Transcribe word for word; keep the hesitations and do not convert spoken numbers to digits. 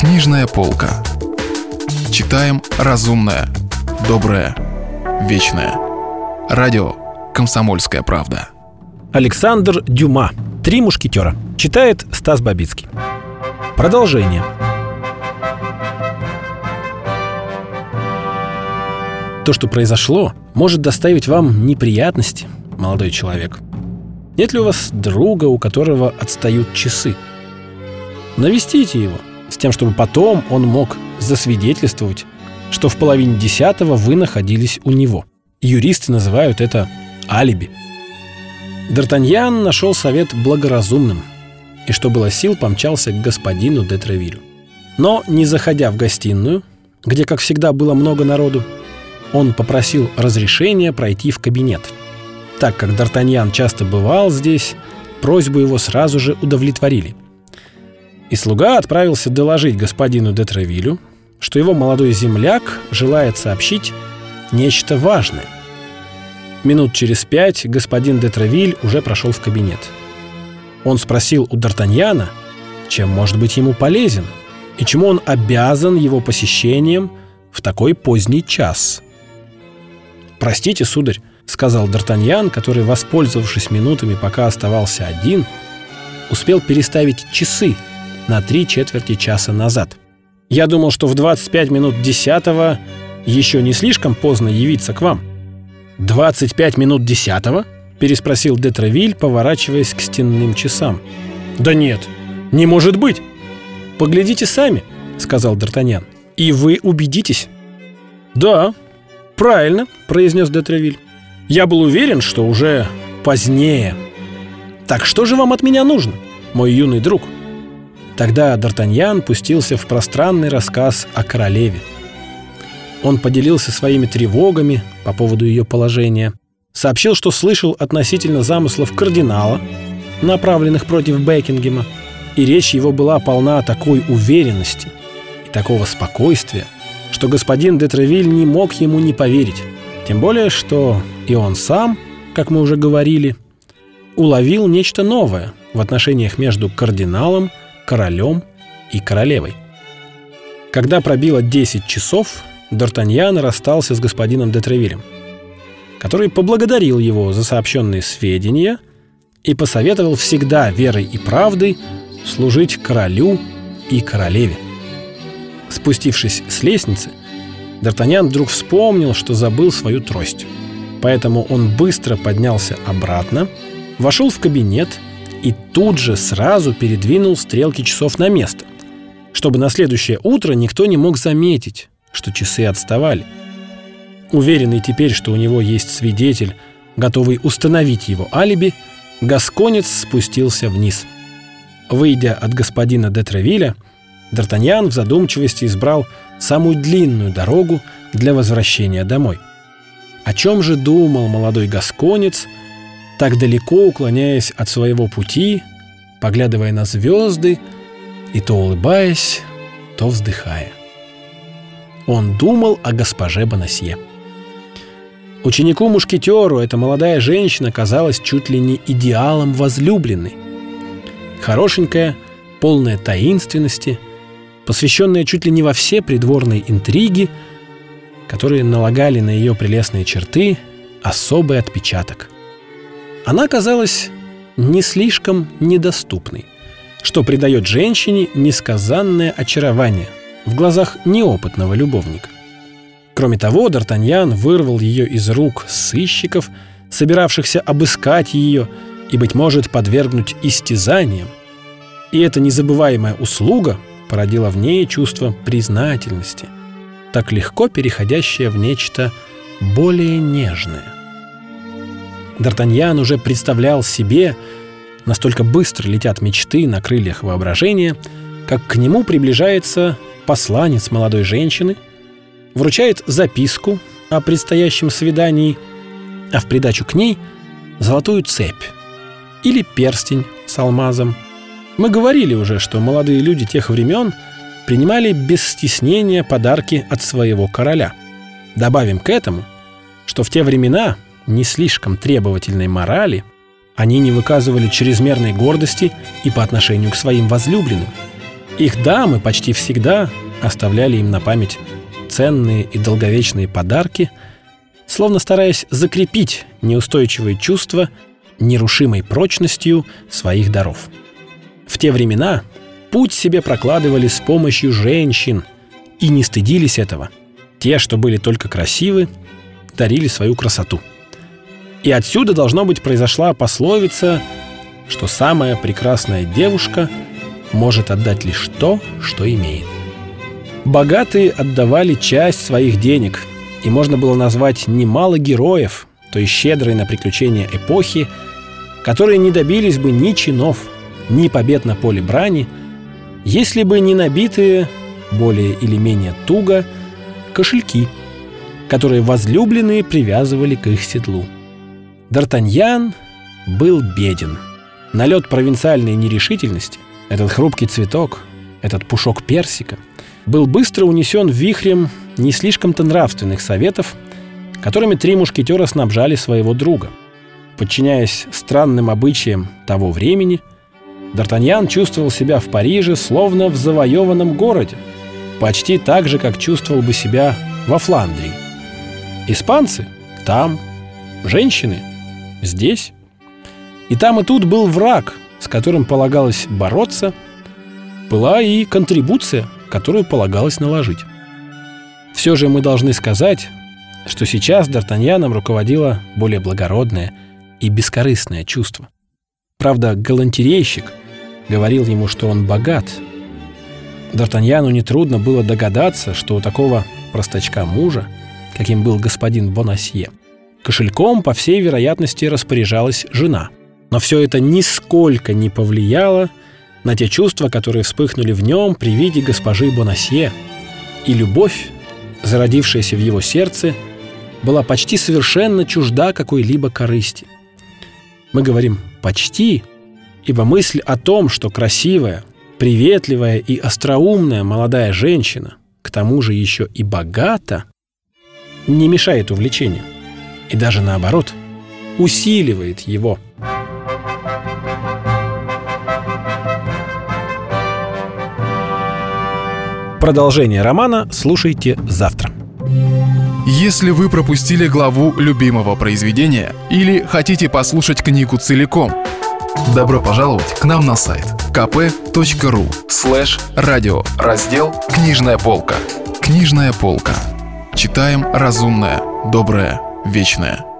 Книжная полка. Читаем разумное, доброе, вечное. Радио «Комсомольская правда». Александр Дюма. «Три мушкетера». Читает Стас Бабицкий. Продолжение. То, что произошло, может доставить вам неприятности, молодой человек. Нет ли у вас друга, у которого отстают часы? Навестите его, с тем, чтобы потом он мог засвидетельствовать, что в половине десятого вы находились у него. Юристы называют это алиби. Д'Артаньян нашел совет благоразумным и, что было сил, помчался к господину де Тревилю. Но, не заходя в гостиную, где, как всегда, было много народу, он попросил разрешения пройти в кабинет. Так как Д'Артаньян часто бывал здесь, просьбу его сразу же удовлетворили. И слуга отправился доложить господину де Тревилю, что его молодой земляк желает сообщить нечто важное. Минут через пять господин де Тревиль уже прошел в кабинет. Он спросил у Д'Артаньяна, чем может быть ему полезен и чему он обязан его посещением в такой поздний час. «Простите, сударь», — сказал Д'Артаньян, который, воспользовавшись минутами, пока оставался один, успел переставить часы на три четверти часа назад. «Я думал, что в двадцать пять минут десятого еще не слишком поздно явиться к вам». «Двадцать пять минут десятого?» — переспросил де Тревиль, поворачиваясь к стенным часам. «Да нет, не может быть!» «Поглядите сами», — сказал Д'Артаньян, — «и вы убедитесь». «Да, правильно», — произнес де Тревиль. «Я был уверен, что уже позднее. Так что же вам от меня нужно, мой юный друг?» Тогда Д'Артаньян пустился в пространный рассказ о королеве. Он поделился своими тревогами по поводу ее положения, сообщил, что слышал относительно замыслов кардинала, направленных против Бекингема, и речь его была полна такой уверенности и такого спокойствия, что господин де Тревиль не мог ему не поверить. Тем более, что и он сам, как мы уже говорили, уловил нечто новое в отношениях между кардиналом, королем и королевой. Когда пробило десять часов, Д'Артаньян расстался с господином де Тревилем, который поблагодарил его за сообщенные сведения и посоветовал всегда верой и правдой служить королю и королеве. Спустившись с лестницы, Д'Артаньян вдруг вспомнил, что забыл свою трость. Поэтому он быстро поднялся обратно, вошел в кабинет и тут же сразу передвинул стрелки часов на место, чтобы на следующее утро никто не мог заметить, что часы отставали. Уверенный теперь, что у него есть свидетель, готовый установить его алиби, гасконец спустился вниз. Выйдя от господина де Тревиля, Д'Артаньян в задумчивости избрал самую длинную дорогу для возвращения домой. О чем же думал молодой гасконец, так далеко уклоняясь от своего пути, поглядывая на звезды и то улыбаясь, то вздыхая? Он думал о госпоже Бонасье. Ученику-мушкетеру эта молодая женщина казалась чуть ли не идеалом возлюбленной. Хорошенькая, полная таинственности, посвященная чуть ли не во все придворные интриги, которые налагали на ее прелестные черты особый отпечаток. Она казалась не слишком недоступной, что придает женщине несказанное очарование в глазах неопытного любовника. Кроме того, Д'Артаньян вырвал ее из рук сыщиков, собиравшихся обыскать ее и, быть может, подвергнуть истязаниям. И эта незабываемая услуга породила в ней чувство признательности, так легко переходящее в нечто более нежное. Д'Артаньян уже представлял себе, настолько быстро летят мечты на крыльях воображения, как к нему приближается посланец молодой женщины, вручает записку о предстоящем свидании, а в придачу к ней золотую цепь или перстень с алмазом. Мы говорили уже, что молодые люди тех времен принимали без стеснения подарки от своего короля. Добавим к этому, что в те времена не слишком требовательной морали они не выказывали чрезмерной гордости и по отношению к своим возлюбленным. Их дамы почти всегда оставляли им на память ценные и долговечные подарки, словно стараясь закрепить неустойчивые чувства нерушимой прочностью своих даров. В те времена путь себе прокладывали с помощью женщин и не стыдились этого. Те, что были только красивы, дарили свою красоту. И отсюда, должно быть, произошла пословица, что самая прекрасная девушка может отдать лишь то, что имеет. Богатые отдавали часть своих денег, и можно было назвать немало героев, то есть щедрой на приключения эпохи, которые не добились бы ни чинов, ни побед на поле брани, если бы не набитые, более или менее туго, кошельки, которые возлюбленные привязывали к их седлу. Д'Артаньян был беден. Налет провинциальной нерешительности, этот хрупкий цветок, этот пушок персика, был быстро унесен вихрем не слишком-то нравственных советов, которыми три мушкетера снабжали своего друга. Подчиняясь странным обычаям того времени, Д'Артаньян чувствовал себя в Париже словно в завоеванном городе, почти так же, как чувствовал бы себя во Фландрии. Испанцы – там, женщины – здесь. И там, и тут был враг, с которым полагалось бороться, была и контрибуция, которую полагалось наложить. Все же мы должны сказать, что сейчас Д'Артаньяном руководило более благородное и бескорыстное чувство. Правда, галантерейщик говорил ему, что он богат. Д'Артаньяну нетрудно было догадаться, что у такого простачка-мужа, каким был господин Бонасье, кошельком, по всей вероятности, распоряжалась жена. Но все это нисколько не повлияло на те чувства, которые вспыхнули в нем при виде госпожи Бонасье, и любовь, зародившаяся в его сердце, была почти совершенно чужда какой-либо корысти. Мы говорим «почти», ибо мысль о том, что красивая, приветливая и остроумная молодая женщина, к тому же еще и богата, не мешает увлечению, и даже наоборот, усиливает его. Продолжение романа слушайте завтра. Если вы пропустили главу любимого произведения или хотите послушать книгу целиком, добро пожаловать к нам на сайт ка пэ точка ру слэш радио, раздел «Книжная полка». Книжная полка. Читаем разумное, доброе, вечное.